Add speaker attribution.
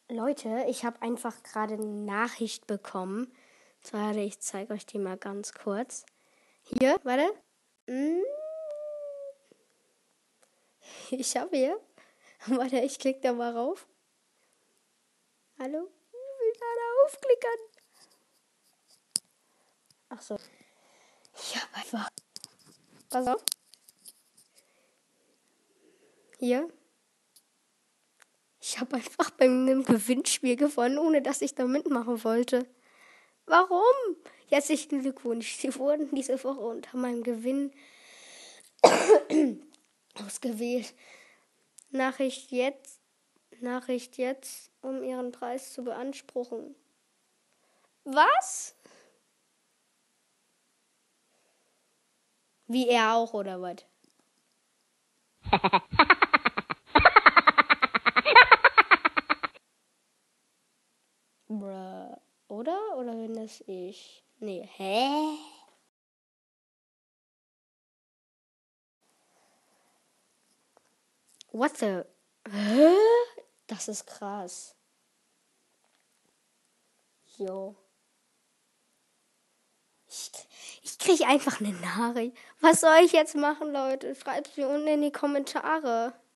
Speaker 1: Leute, ich habe einfach gerade eine Nachricht bekommen. Warte, ich zeige euch die mal ganz kurz. Hier, warte. Ich habe hier. Warte, ich klicke da mal rauf. Hallo? Ich will gerade aufklickern. Ach so. Ich habe einfach. Pass auf. Hier. Ich habe einfach bei einem Gewinnspiel gewonnen, ohne dass ich da mitmachen wollte. Warum? Herzlichen Glückwunsch. Sie wurden diese Woche unter meinem Gewinn ausgewählt. Nachricht jetzt, um Ihren Preis zu beanspruchen. Was? Wie er auch, oder was? Bruh. Oder? Oder bin das ich? Nee, hä? What the? Hä? Das ist krass. Jo. Ich krieg einfach eine Nachricht. Was soll ich jetzt machen, Leute? Schreibt's mir unten in die Kommentare.